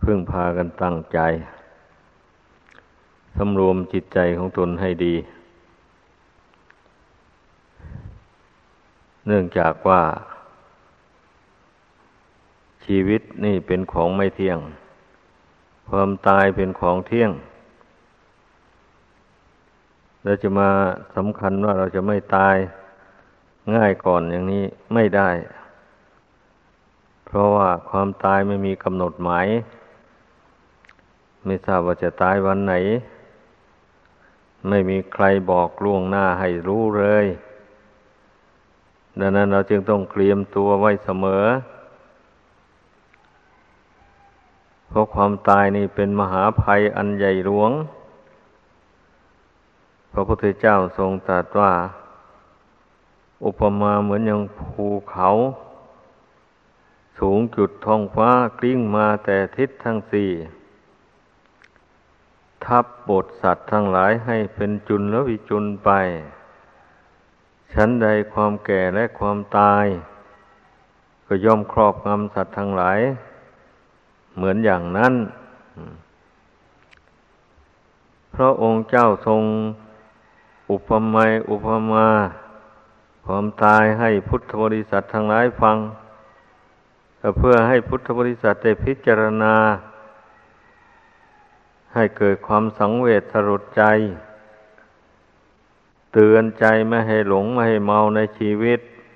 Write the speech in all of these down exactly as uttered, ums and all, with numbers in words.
พึ่งพากันตั้งใจสำรวมจิตใจของตนให้ดีเนื่องจากว่าชีวิตนี่เป็นของไม่เที่ยงความตายเป็นของเที่ยงเราจะมาสำคัญว่าเราจะไม่ตายง่ายก่อนอย่างนี้ไม่ได้เพราะว่าความตายไม่มีกำหนดหมายไม่ทราบว่าจะตายวันไหนไม่มีใครบอกล่วงหน้าให้รู้เลยดังนั้นเราจึงต้องเตรียมตัวไว้เสมอเพราะความตายนี่เป็นมหาภัยอันใหญ่หลวงพระพุทธเจ้าทรงตรัสว่าอุปมาเหมือนอย่างภูเขาสูงจุดท้องฟ้ากลิ้งมาแต่ทิศทั้งสี่ทับบทสัตว์ทั้งหลายให้เป็นจุลวิจุลไปชั้นใดความแก่และความตายก็ย่อมครอบงำสัตว์ทั้งหลายเหมือนอย่างนั้นพระองค์เจ้าทรงอุปมาอุปมาความตายให้พุทธบริษัททั้งหลายฟังเพื่อให้พุทธบริษัทได้พิจารณาให้เกิดความสังเวชสลดใจเตือนใจไม่ให้หลงไม่ให้เมาในชีวิต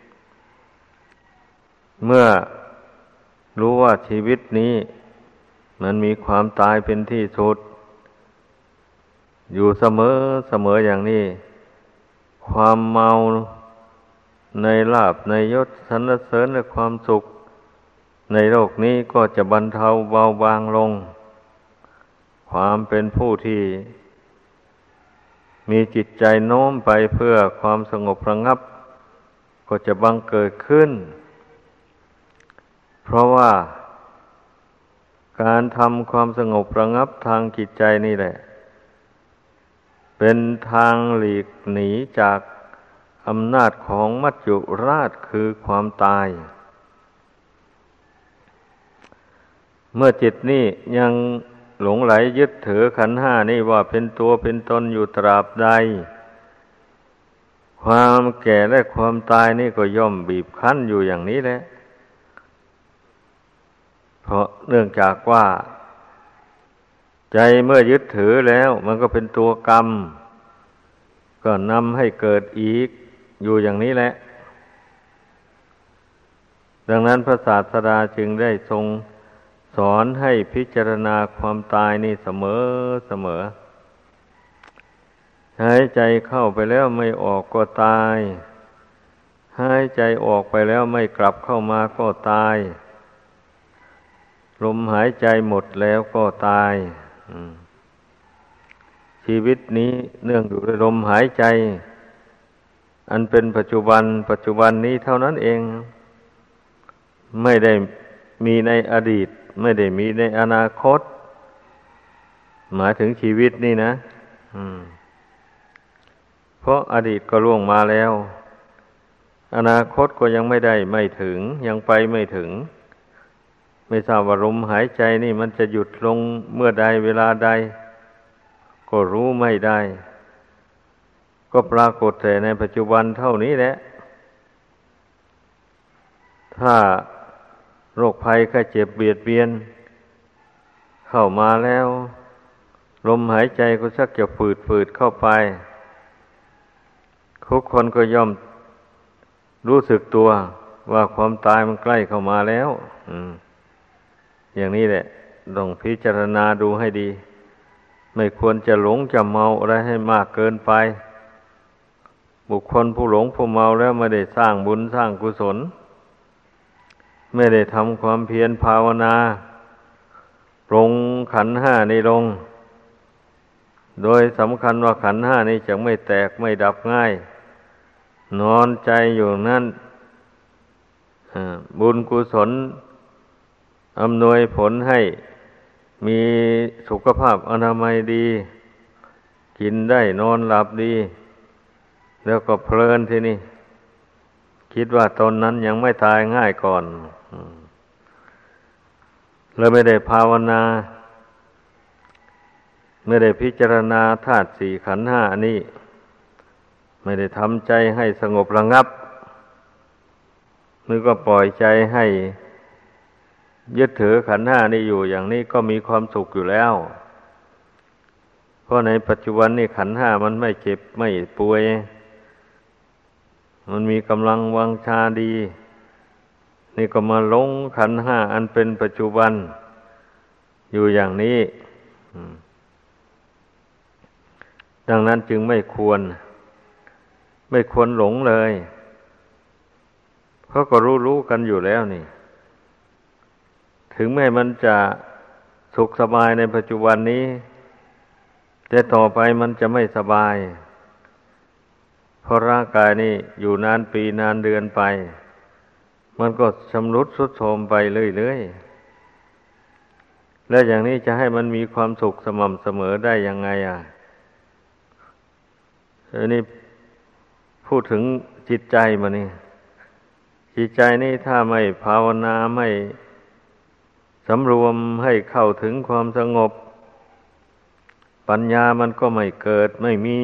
เมื่อรู้ว่าชีวิตนี้มันมีความตายเป็นที่สุดอยู่เสมอเสมออย่างนี้ความเมาในลาภในยศสรรเสริญและความสุขในโลกนี้ก็จะบรรเทาเบาบางลงความเป็นผู้ที่มีจิตใจโน้มไปเพื่อความสงบระงับก็จะบังเกิดขึ้นเพราะว่าการทำความสงบระงับทางจิตใจนี่แหละเป็นทางหลีกหนีจากอำนาจของมัจจุราชคือความตายเมื่อจิตนี่ยังหลงไหลยึดถือขันธ์ห้านี่ว่าเป็นตัวเป็นตนอยู่ตราบใดความแก่และความตายนี่ก็ย่อมบีบคั้นอยู่อย่างนี้แหละเพราะเนื่องจากว่าใจเมื่อยึดถือแล้วมันก็เป็นตัวกรรมก็นำให้เกิดอีกอยู่อย่างนี้แหละดังนั้นพระศาสดาจึงได้ทรงสอนให้พิจารณาความตายนี่เสมอเสมอหายใจเข้าไปแล้วไม่ออกก็ตายหายใจออกไปแล้วไม่กลับเข้ามาก็ตายลมหายใจหมดแล้วก็ตายชีวิตนี้เนื่องอยู่ด้วยลมหายใจอันเป็นปัจจุบันปัจจุบันนี้เท่านั้นเองไม่ได้มีในอดีตไม่ได้มีในอนาคตหมายถึงชีวิตนี่นะเพราะอดีตก็ล่วงมาแล้วอนาคตก็ยังไม่ได้ไม่ถึงยังไปไม่ถึงไม่ทราบว่าลมหายใจนี่มันจะหยุดลงเมื่อใดเวลาใดก็รู้ไม่ได้ก็ปรากฏแต่ในปัจจุบันเท่านี้แหละถ้าโรคภัยไข้เจ็บเบียดเบียนเข้ามาแล้วลมหายใจก็ชักจะฝืดๆเข้าไปทุกคนก็ย่อมรู้สึกตัวว่าความตายมันใกล้เข้ามาแล้วอืมอย่างนี้แหละต้องพิจารณาดูให้ดีไม่ควรจะหลงจะเมาอะไรให้มากเกินไปบุคคลผู้หลงผู้เมาแล้วไม่ได้สร้างบุญสร้างกุศลไม่ได้ทำความเพียรภาวนาปรงขันธ์ห้านี้ลงโดยสำคัญว่าขันธ์ห้านี้จะไม่แตกไม่ดับง่ายนอนใจอยู่นั่นบุญกุศลอำนวยผลให้มีสุขภาพอนามัยดีกินได้นอนหลับดีแล้วก็เพลินทีนี้คิดว่าตนนั้นยังไม่ตายง่ายก่อนเลยไม่ได้ภาวนาไม่ได้พิจารณาธาตุสี่ขันธ์ห้านี้ไม่ได้ทำใจให้สงบระงับมันก็ปล่อยใจให้ยึดถือขันธ์ห้านี้อยู่อย่างนี้ก็มีความสุขอยู่แล้วเพราะในปัจจุบันนี่ขันธ์ห้ามันไม่เจ็บไม่ป่วยมันมีกำลังวังชาดีนี่ก็มาหลงขันธ์ห้าอันเป็นปัจจุบันอยู่อย่างนี้ดังนั้นจึงไม่ควรไม่ควรหลงเลยเพราะก็รู้ๆกันอยู่แล้วนี่ถึงแม้มันจะสุขสบายในปัจจุบันนี้แต่ต่อไปมันจะไม่สบายเพราะร่างกายนี่อยู่นานปีนานเดือนไปมันก็ชำรุดทรุดโทรมไปเรื่อยๆแล้วอย่างนี้จะให้มันมีความสุขสม่ำเสมอได้ยังไงอ่ะอันนี้พูดถึงจิตใจมานี่จิตใจนี่ถ้าไม่ภาวนาไม่สำรวมให้เข้าถึงความสงบปัญญามันก็ไม่เกิดไม่มี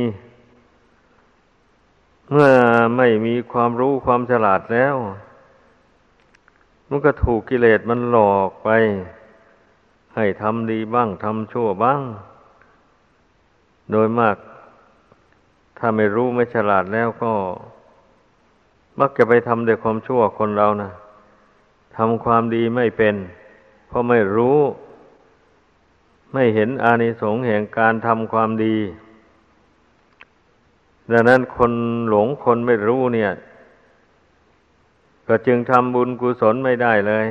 เมื่อไม่มีความรู้ความฉลาดแล้วมันก็ถูกกิเลสมันหลอกไปให้ทำดีบ้างทำชั่วบ้างโดยมากถ้าไม่รู้ไม่ฉลาดแล้วก็มักจะไปทำแต่ความชั่วคนเรานะทำความดีไม่เป็นเพราะไม่รู้ไม่เห็นอานิสงส์แห่งการทำความดีดังนั้นคนหลงคนไม่รู้เนี่ยก็จึงทำบุญกุศลไม่ได้เลย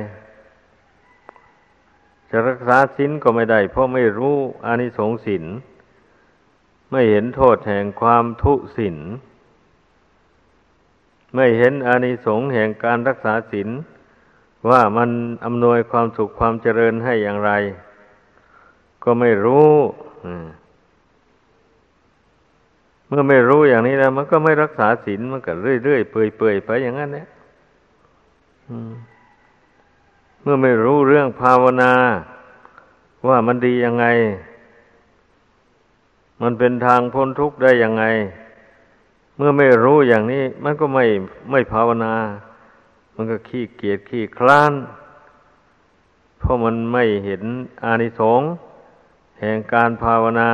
จะรักษาศีลก็ไม่ได้เพราะไม่รู้อานิสงส์ศีลไม่เห็นโทษแห่งความทุศีลไม่เห็นอานิสงส์แห่งการรักษาศีลว่ามันอำนวยความสุขความเจริญให้อย่างไรก็ไม่รู้เมื่อไม่รู้อย่างนี้แล้วมันก็ไม่รักษาศีลมันก็เรื่อยๆเปื่อยๆไปอย่างนั้นแหละเมื่อไม่รู้เรื่องภาวนาว่ามันดียังไงมันเป็นทางพ้นทุกข์ได้ยังไงเมื่อไม่รู้อย่างนี้มันก็ไม่ไม่ภาวนามันก็ขี้เกียจขี้คร้านเพราะมันไม่เห็นอานิสงส์แห่งการภาวนา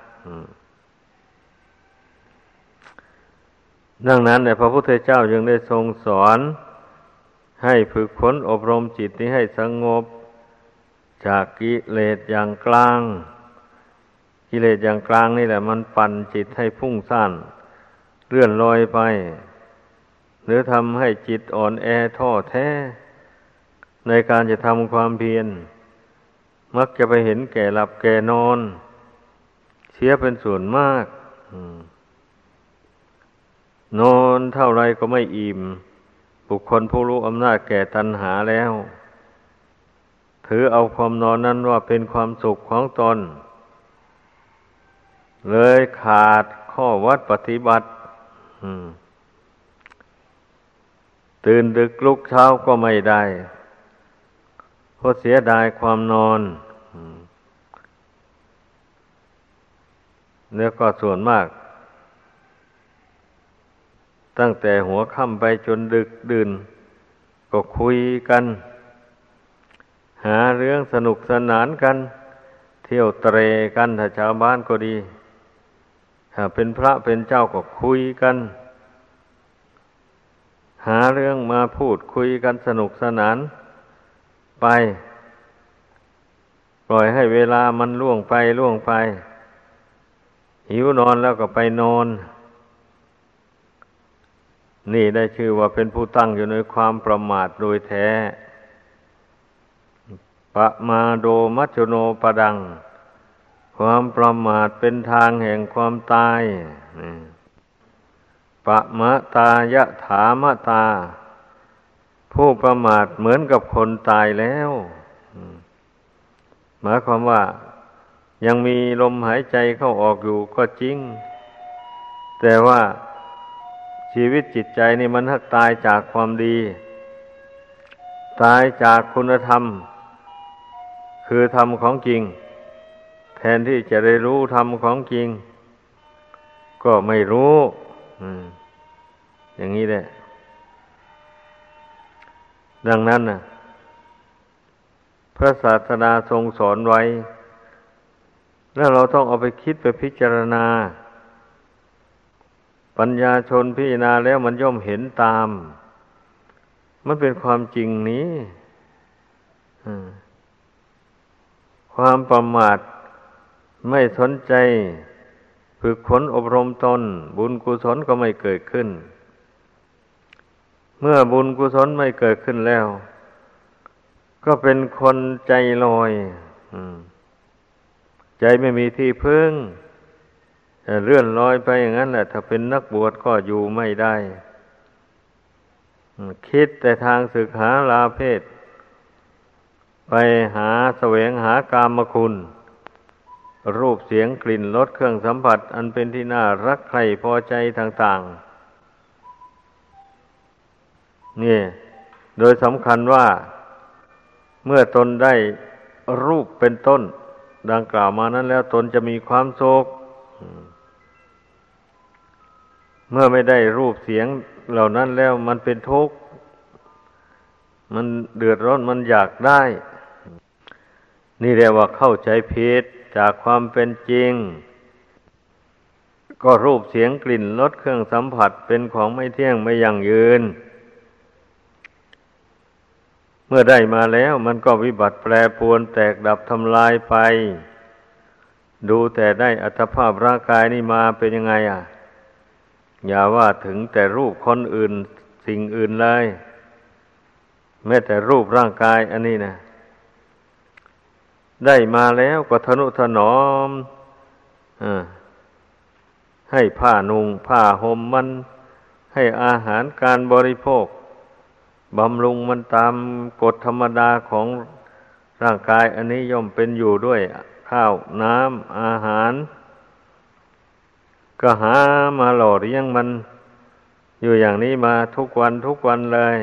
ดังนั้นเนี่ยพระพุทธเจ้าจึงได้ทรงสอนให้ฝึกฝนอบรมจิตนี้ให้สงบจากกิเลสอย่างกลางกิเลสอย่างกลางนี่แหละมันปั่นจิตให้ฟุ้งซ่านเลื่อนลอยไปหรือทำให้จิตอ่อนแอท้อแท้ในการจะทำความเพียรมักจะไปเห็นแก่หลับแก่นอนเสียเป็นส่วนมากนอนเท่าไรก็ไม่อิ่มบุคคลผู้รู้อำนาจแก่ตัณหาแล้วถือเอาความนอนนั้นว่าเป็นความสุขของตนเลยขาดข้อวัดปฏิบัติตื่นดึกลุกเช้าก็ไม่ได้เพราะเสียดายความนอนแล้วก็ส่วนมากตั้งแต่หัวค่ำไปจนดึกดื่นก็คุยกันหาเรื่องสนุกสนานกันเที่ยวเตร่กันถ้าชาวบ้านก็ดีถ้าเป็นพระเป็นเจ้าก็คุยกันหาเรื่องมาพูดคุยกันสนุกสนานไปปล่อยให้เวลามันล่วงไปล่วงไปหิวนอนแล้วก็ไปนอนนี่ได้ชื่อว่าเป็นผู้ตั้งอยู่ในความประมาทโดยแท้ปะมาโดมัจจุโนปดังความประมาทเป็นทางแห่งความตายปะมะตายะถามะตาผู้ประมาทเหมือนกับคนตายแล้วหมายความว่ายังมีลมหายใจเข้าออกอยู่ก็จริงแต่ว่าชีวิตจิตใจนี่มันหักตายจากความดีตายจากคุณธรรมคือธรรมของจริงแทนที่จะได้รู้ธรรมของจริงก็ไม่รู้อืมอย่างนี้แหละดังนั้นน่ะพระศาสดาทรงสอนไว้แล้วเราต้องเอาไปคิดไปพิจารณาปัญญาชนพิจารณาแล้วมันย่อมเห็นตามมันเป็นความจริงนี้ความประมาทไม่สนใจฝึกฝนอบรมตนบุญกุศลก็ไม่เกิดขึ้นเมื่อบุญกุศลไม่เกิดขึ้นแล้วก็เป็นคนใจลอยใจไม่มีที่พึ่งเลื่อนลอยไปอย่างนั้นแหละถ้าเป็นนักบวชก็อยู่ไม่ได้คิดแต่ทางศึกหาลาเพศไปหาแสวงหากามคุณรูปเสียงกลิ่นรสเครื่องสัมผัสอันเป็นที่น่ารักใคร่พอใจต่างๆนี่โดยสำคัญว่าเมื่อตนได้รูปเป็นต้นดังกล่าวมานั้นแล้วตนจะมีความสุขเมื่อไม่ได้รูปเสียงเหล่านั้นแล้วมันเป็นทุกข์มันเดือดร้อนมันอยากได้นี่เรียกว่าเข้าใจผิดจากความเป็นจริงก็รูปเสียงกลิ่นรสเครื่องสัมผัสเป็นของไม่เที่ยงไม่ยั่งยืนเมื่อได้มาแล้วมันก็วิบัติแปรปรวนแตกดับทำลายไปดูแต่ได้อัตภาพร่างกายนี่มาเป็นยังไงอ่ะอย่าว่าถึงแต่รูปคนอื่นสิ่งอื่นเลยแม้แต่รูปร่างกายอันนี้นะได้มาแล้วก็ทนุถนอมอ่าให้ผ้านุ่งผ้าห่มมันให้อาหารการบริโภคบำรุงมันตามกฎธรรมดาของร่างกายอันนี้ย่อมเป็นอยู่ด้วยข้าวน้ำอาหารก็หามาหล่อเลี้ยงมันอยู่อย่างนี้มาทุกวันทุกวันเลย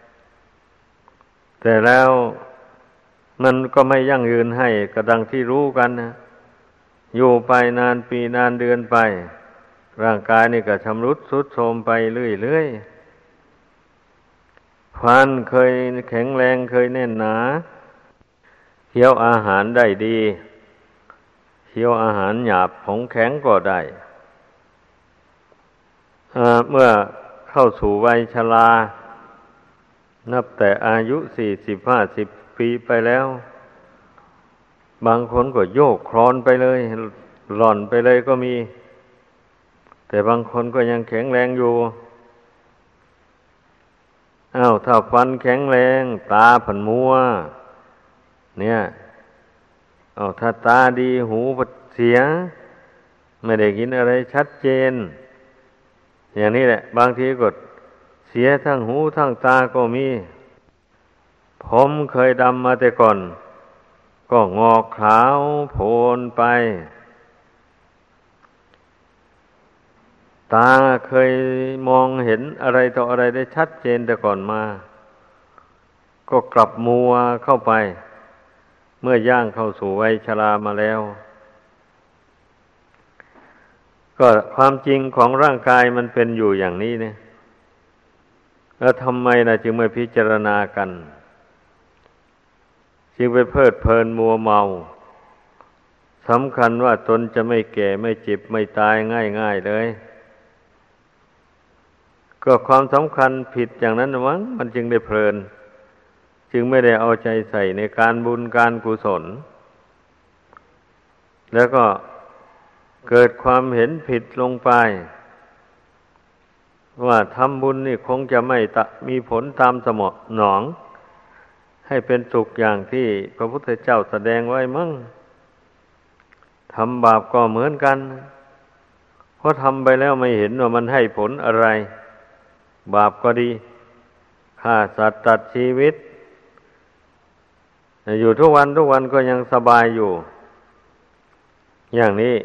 แต่แล้วมันก็ไม่ยั่งยืนให้กระดังที่รู้กันนะอยู่ไปนานปีนานเดือนไปร่างกายนี่ก็ชำรุดทรุดโทรมไปเรื่อยๆฟันเคยแข็งแรงเคยแน่นหนาเคี้ยวอาหารได้ดีเคี้ยวอาหารหยาบของแข็งก็ได้เมื่อเข้าสู่วัยชรานับแต่อายุสี่สิบห้าสิบปีไปแล้วบางคนก็โยกคลอนไปเลยหล่อนไปเลยก็มีแต่บางคนก็ยังแข็งแรงอยู่อ้าวถ้าฟันแข็งแรงตาผันมัวเนี่ยอ้าวถ้าตาดีหูเสียไม่ได้กินอะไรชัดเจนอย่างนี้แหละบางทีก็เสียทั้งหูทั้งตาก็มีผมเคยดำมาแต่ก่อนก็งอกขาวโพลนไปตาเคยมองเห็นอะไรต่ออะไรได้ชัดเจนแต่ก่อนมาก็กลับมัวเข้าไปเมื่อย่างเข้าสู่วัยชรามาแล้วก็ความจริงของร่างกายมันเป็นอยู่อย่างนี้เนี่ยแล้วทำไมนะจึงไม่พิจารณากันจึงไปเพลิดเพลินมัวเมาสำคัญว่าตนจะไม่แก่ไม่เจ็บไม่ตายง่ายๆเลยก็ความสำคัญผิดอย่างนั้นมั้งมันจึงได้เพลินจึงไม่ได้เอาใจใส่ในการบุญการกุศลแล้วก็เกิดความเห็นผิดลงไปว่าทำบุญนี่คงจะไม่มีผลตามสมหนองให้เป็นสุขอย่างที่พระพุทธเจ้าแสดงไว้มั้งทำบาปก็เหมือนกันเพราะทำไปแล้วไม่เห็นว่ามันให้ผลอะไรบาปก็ดีฆ่าสัตว์ตัดชีวิตอยู่ทุกวันทุกวันก็ยังสบายอยู่อย่างนี้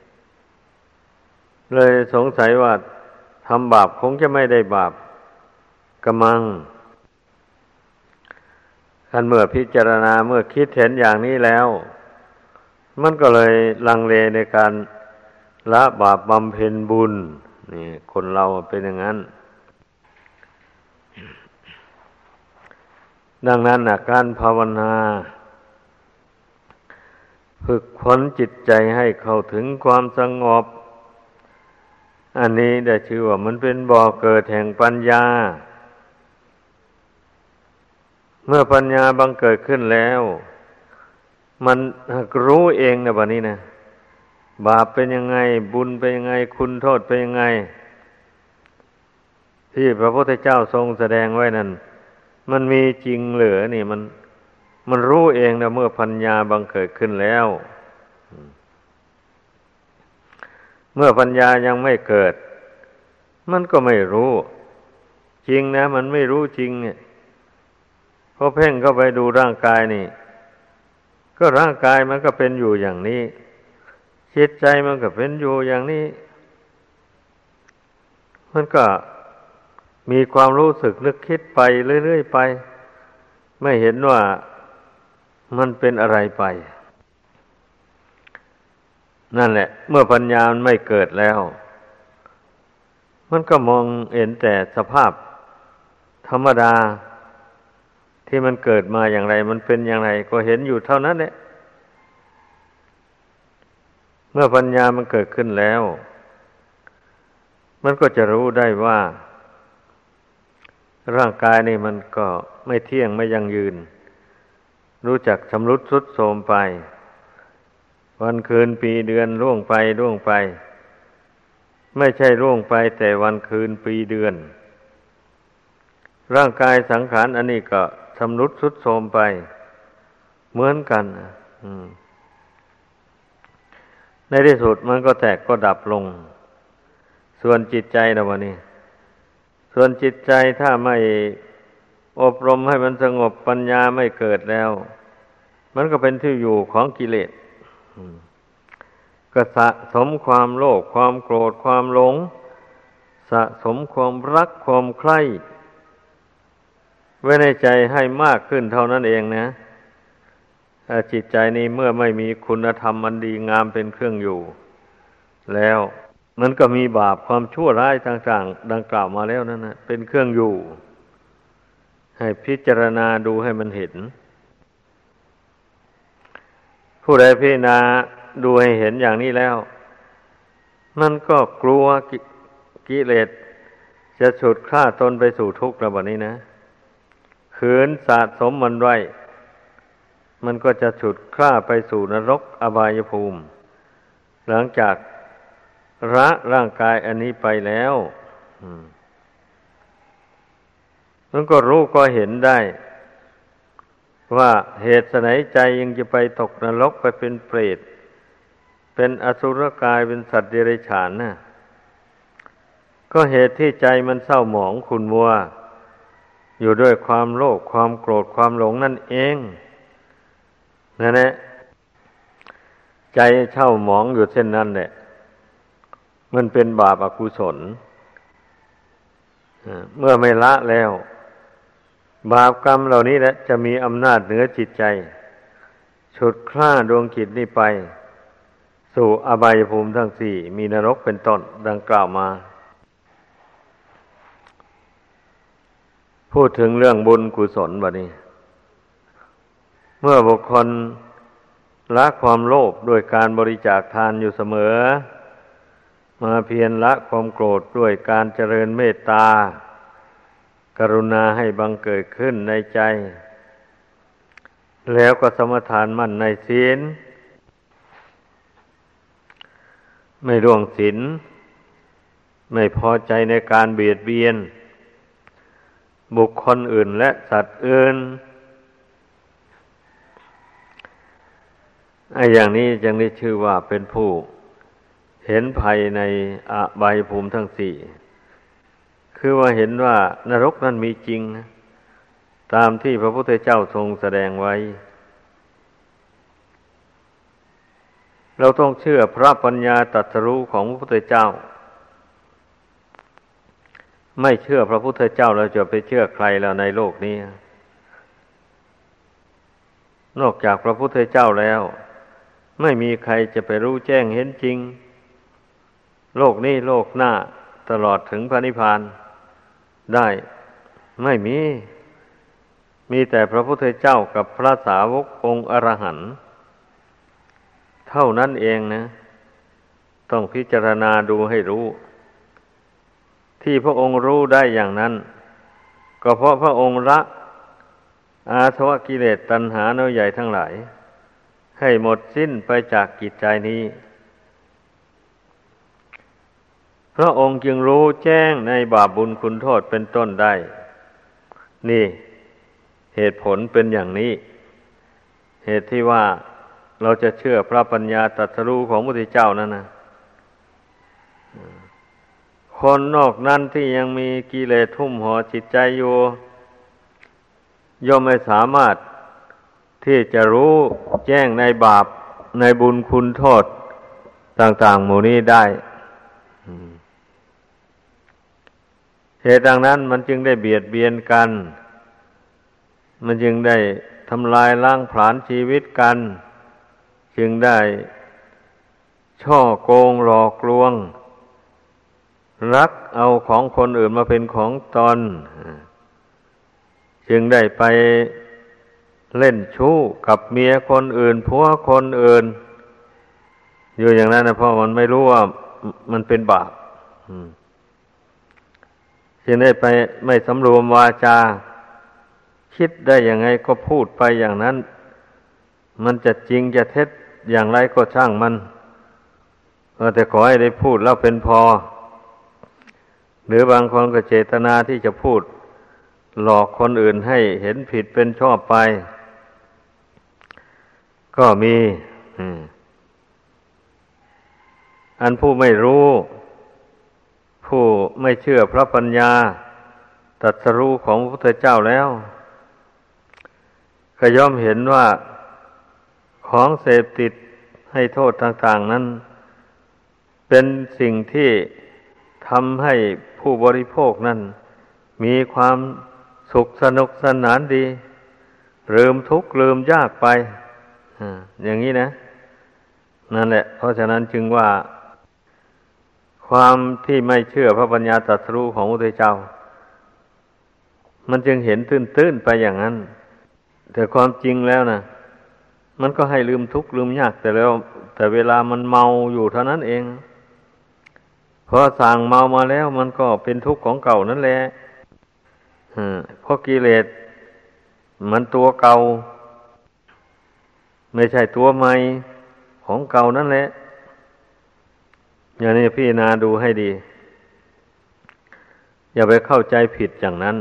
เลยสงสัยว่าทำบาปคงจะไม่ได้บาปกะมังท่านเมื่อพิจารณาเมื่อคิดเห็นอย่างนี้แล้วมันก็เลยลังเลในการละบาปบำเพ็ญบุญนี่คนเราเป็นอย่างนั้นดังนั้นนะการภาวนาฝึกฝนจิตใจให้เข้าถึงความสงบอันนี้ได้ชื่อว่ามันเป็นบ่อเกิดแห่งปัญญาเมื่อปัญญาบังเกิดขึ้นแล้วมันรู้เองนะบัดนี้นะบาปเป็นยังไงบุญเป็นยังไงคุณโทษเป็นยังไงที่พระพุทธเจ้าทรงแสดงไว้นั่นมันมีจริงเหรือนี่มันมันรู้เองนะเมื่อปัญญาบังเกิดขึ้นแล้วเมื่อปัญญายังไม่เกิดมันก็ไม่รู้จริงนะมันไม่รู้จริงเนี่ยพอเพ่งเข้าไปดูร่างกายนี่ก็ร่างกายมันก็เป็นอยู่อย่างนี้จิตใจมันก็เป็นอยู่อย่างนี้มันก็มีความรู้สึกนึกคิดไปเรื่อยๆไปไม่เห็นว่ามันเป็นอะไรไปนั่นแหละเมื่อปัญญามันไม่เกิดแล้วมันก็มองเห็นแต่สภาพธรรมดาที่มันเกิดมาอย่างไรมันเป็นอย่างไรก็เห็นอยู่เท่านั้นแหละเมื่อปัญญามันเกิดขึ้นแล้วมันก็จะรู้ได้ว่าร่างกายนี่มันก็ไม่เที่ยงไม่ยั่งยืนรู้จักชำรุดทรุดโทรมไปวันคืนปีเดือนล่วงไปล่วงไปไม่ใช่ล่วงไปแต่วันคืนปีเดือนร่างกายสังขารอันนี้ก็ชำรุดทรุดโทรมไปเหมือนกันในที่สุดมันก็แตกก็ดับลงส่วนจิตใจนะวะนี่ส่วนจิตใจถ้าไม่อบรมให้มันสงบปัญญาไม่เกิดแล้วมันก็เป็นที่อยู่ของกิเลสก็สะสมความโลภความโกรธความหลงสะสมความรักความใคร่ไว้ในใจให้มากขึ้นเท่านั้นเองนะจิตใจนี้เมื่อไม่มีคุณธรรมอันดีงามเป็นเครื่องอยู่แล้วมันก็มีบาปความชั่วร้ายต่างๆดังกล่าวมาแล้วนั่นนะเป็นเครื่องอยู่ให้พิจารณาดูให้มันเห็นผู้ใดพิจารณาดูให้เห็นอย่างนี้แล้วมันก็กลัวกิเลสจะฉุดฆ่าตนไปสู่ทุกข์ระบาดนี้นะขืนสะสมมันไว้มันก็จะฉุดฆ่าไปสู่นรกอบายภูมิหลังจากละร่างกายอันนี้ไปแล้วมันก็รู้ก็เห็นได้ว่าเหตุไฉนใจยังจะไปตกนรกไปเป็นเปรตเป็นอสุรกายเป็นสัตว์เดรัจฉานน่ะก็เหตุที่ใจมันเศร้าหมองขุ่นมัวอยู่ด้วยความโลภความโกรธความหลงนั่นเองนั่นแหละใจเศร้าหมองอยู่เช่นนั้นแหละมันเป็นบาปอกุศลเมื่อไม่ละแล้วบาปกรรมเหล่านี้แหละจะมีอำนาจเหนือจิตใจฉุดคล้าดวงจิตนี้ไปสู่อบายภูมิทั้งสี่มีนรกเป็นต้นดังกล่าวมาพูดถึงเรื่องบุญกุศลบัดนี้เมื่อบุคคลละความโลภด้วยการบริจาคทานอยู่เสมอมาเพียรละความโกรธด้วยการเจริญเมตตากรุณาให้บังเกิดขึ้นในใจแล้วก็สมทานมั่นในศีลไม่ล่วงศีลไม่พอใจในการเบียดเบียนบุคคลอื่นและสัตว์อื่นไอ้อย่างนี้จึงได้ชื่อว่าเป็นผู้เห็นภัยในอบายภูมิทั้งสี่คือว่าเห็นว่านรกนั้นมีจริงนะตามที่พระพุทธเจ้าทรงแสดงไว้เราต้องเชื่อพระปัญญาตรัสรู้ของพระพุทธเจ้าไม่เชื่อพระพุทธเจ้าเราจะไปเชื่อใครแล้วในโลกนี้นอกจากพระพุทธเจ้าแล้วไม่มีใครจะไปรู้แจ้งเห็นจริงโลกนี้โลกหน้าตลอดถึงพระนิพพานได้ไม่มีมีแต่พระพุทธเจ้ากับพระสาวกองค์อรหันต์เท่านั้นเองนะต้องพิจารณาดูให้รู้ที่พระองค์รู้ได้อย่างนั้นก็เพราะพระองค์ละอาสวะกิเลสตัณหาน้อยใหญ่ทั้งหลายให้หมดสิ้นไปจากจิตใจนี้พระองค์จึงรู้แจ้งในบาปบุญคุณโทษเป็นต้นได้นี่เหตุผลเป็นอย่างนี้เหตุที่ว่าเราจะเชื่อพระปัญญาตรัสรู้ของพระพุทธเจ้านั่นนะคนนอกนั้นที่ยังมีกิเลสหุ้มห่อจิตใจอยู่ย่อมไม่สามารถที่จะรู้แจ้งในบาปในบุญคุณโทษต่างๆหมู่นี้ได้เหตุดังนั้นมันจึงได้เบียดเบียนกันมันจึงได้ทำลายล้างผลาญชีวิตกันจึงได้ช่อโกงหลอกลวงรักเอาของคนอื่นมาเป็นของตนจึงได้ไปเล่นชู้กับเมียคนอื่นผัวคนอื่นอยู่อย่างนั้นนะเพราะมันไม่รู้ว่ามันเป็นบาปจึงได้ไปไม่สำรวมวาจาคิดได้ยังไงก็พูดไปอย่างนั้นมันจะจริงจะเท็จอย่างไรก็ช่างมันแต่ขอให้ได้พูดแล้วเป็นพอหรือบางคนก็เจตนาที่จะพูดหลอกคนอื่นให้เห็นผิดเป็นชอบไปก็มีอันผู้ไม่รู้ผู้ไม่เชื่อพระปัญญาตรัสรู้ของพระพุทธเจ้าแล้วก็ย่อมเห็นว่าของเสพติดให้โทษต่างๆนั้นเป็นสิ่งที่ทำให้ผู้บริโภคนั้นมีความสุขสนุกสนานดีลืมทุกข์ลืมยากไปอย่างนี้นะนั่นแหละเพราะฉะนั้นจึงว่าความที่ไม่เชื่อพระปัญญาตรัสรู้ของพระพุทธเจ้ามันจึงเห็นตื้นๆไปอย่างนั้นแต่ความจริงแล้วนะมันก็ให้ลืมทุกข์ลืมยากแต่แล้วแต่เวลามันเมาอยู่เท่านั้นเองพอสั่งเมามาแล้วมันก็เป็นทุกข์ของเก่านั่นแหละเพราะกิเลสมันตัวเก่าไม่ใช่ตัวใหม่ของเก่านั่นแหละอย่างนี้พี่นาดูให้ดีอย่าไปเข้าใจผิดอย่างนั้น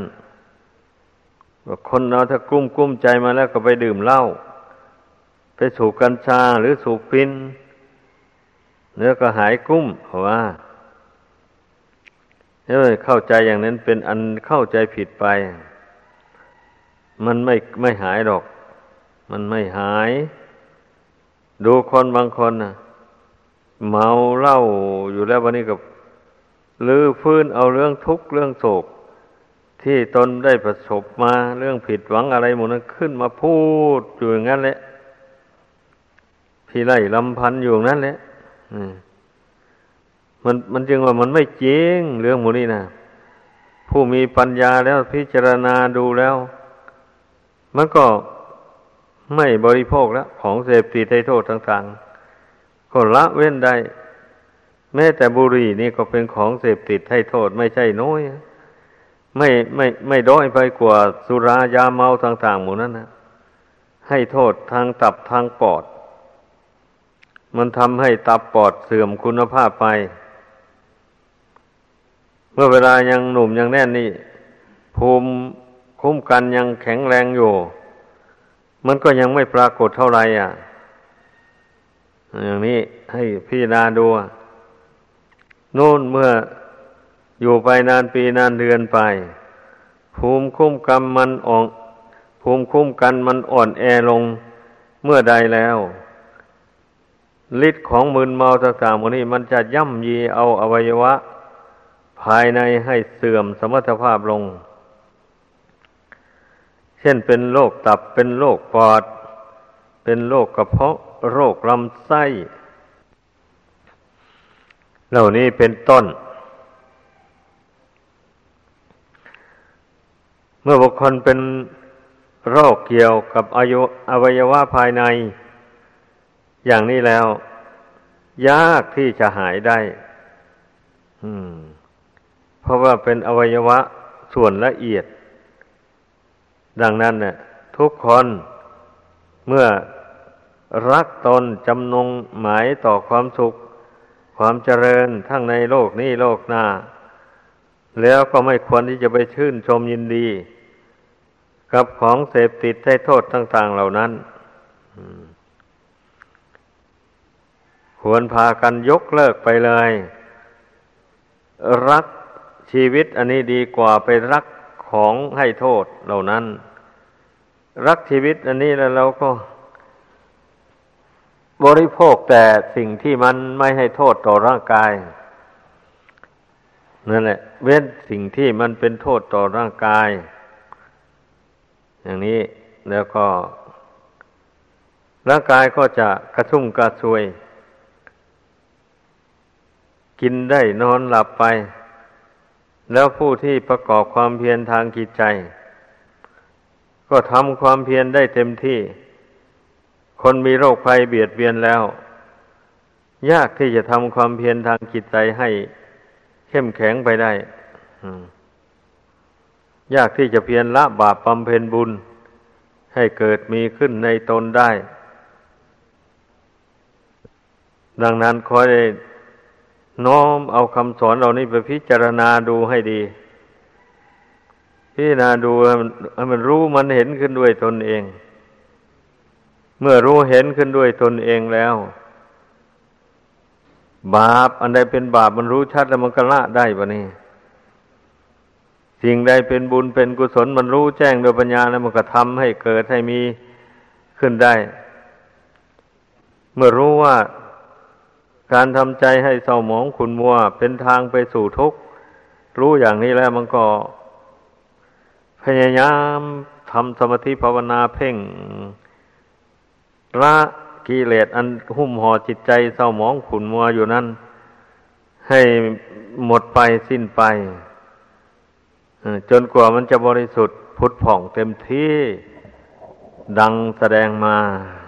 คนเราถ้ากลุ้มกุ้มใจมาแล้วก็ไปดื่มเหล้าไปสูบกัญชาหรือสูบฟินเนื้อก็หายกุ้มเพราะว่าเอ้ยเข้าใจอย่างนั้นเป็นอันเข้าใจผิดไปมันไม่ไม่หายหรอกมันไม่หายดูคนบางคนน่ะเมาเหล้าอยู่แล้ววันนี้ก็ลื้อฟื้นเอาเรื่องทุกข์เรื่องโศกที่ตนได้ประสบมาเรื่องผิดหวังอะไรหมดนั้นขึ้นมาพูดอยู่อย่างนั้นแหละพี่ไล่ลำพันอยู่อย่างนั้นแหละมันมันจึงว่ามันไม่จริงเรื่องหมดนี้นะผู้มีปัญญาแล้วพิจารณาดูแล้วมันก็ไม่บริโภคแล้วของเสพติดให้โทษต่างๆก็ละเว้นได้แม้แต่บุหรี่นี่ก็เป็นของเสพติดให้โทษไม่ใช่น้อยไม่ไม่ไม่ด้อยไปกว่าสุรายาเมาต่างๆหมู่นั้นนะให้โทษทางตับทางปอดมันทำให้ตับปอดเสื่อมคุณภาพไปเมื่อเวลายังหนุ่มยังแน่นนี่ภูมิคุ้มกันยังแข็งแรงอยู่มันก็ยังไม่ปรากฏเท่าไหร่อ่ะอย่างนี้ให้พี่นาดูโน่นเมื่ออยู่ไปนานปีนานเดือนไปภูมิคุ้มกันมันอ่อนภูมิคุ้มกันมันอ่อนแอลงเมื่อใดแล้วฤทธิ์ของมึนเมาต่างๆพวกนี้มันจะย่ำยีเอาอวัยวะภายในให้เสื่อมสมรรถภาพลงเช่นเป็นโรคตับเป็นโรคปอดเป็นโรคกระเพาะโรคลำไส้เหล่านี้เป็นต้นเมื่อบุคคลเป็นโรคเกี่ยวกับอายุอวัยวะภายในอย่างนี้แล้วยากที่จะหายได้อืมเพราะว่าเป็นอวัยวะส่วนละเอียดดังนั้นเนี่ยทุกคนเมื่อรักตนจำนงหมายต่อความสุขความเจริญทั้งในโลกนี้โลกหน้าแล้วก็ไม่ควรที่จะไปชื่นชมยินดีกับของเสพติดให้โทษต่างๆเหล่านั้นควรพากันยกเลิกไปเลยรักชีวิตอันนี้ดีกว่าไปรักของให้โทษเหล่านั้นรักชีวิตอันนี้แล้วเราก็บริโภคแต่สิ่งที่มันไม่ให้โทษต่อร่างกายนั่นแหละเว้นสิ่งที่มันเป็นโทษต่อร่างกายอย่างนี้แล้วก็ร่างกายก็จะกระชุ่มกระชวยกินได้นอนหลับไปแล้วผู้ที่ประกอบความเพียรทางจิตใจก็ทำความเพียรได้เต็มที่คนมีโรคภัยเบียดเบียนแล้วยากที่จะทำความเพียรทางจิตใจให้เข้มแข็งไปได้ยากที่จะเพียรละบาปบำเพ็ญบุญให้เกิดมีขึ้นในตนได้ดังนั้นขอได้น้อมเอาคำสอนเหล่านี้ไปพิจารณาดูให้ดีพิจารณาดูให้มันรู้มันเห็นขึ้นด้วยตนเองเมื่อรู้เห็นขึ้นด้วยตนเองแล้วบาปอันใดเป็นบาปมันรู้ชัดแล้วมันก็ละได้ปะนี่สิ่งใดเป็นบุญเป็นกุศลมันรู้แจ้งโดยปัญญาแล้วมันก็ทำให้เกิดให้มีขึ้นได้เมื่อรู้ว่าการทำใจให้เศร้าหมองขุ่นมัวเป็นทางไปสู่ทุกข์รู้อย่างนี้แล้วมันก็พยายามทำสมาธิภาวนาเพ่งละกิเลสอันหุ้มห่อจิตใจเศร้าหมองขุ่นมัวอยู่นั้นให้หมดไปสิ้นไปจนกว่ามันจะบริสุทธิ์ผุดผ่องเต็มที่ดังแสดงมา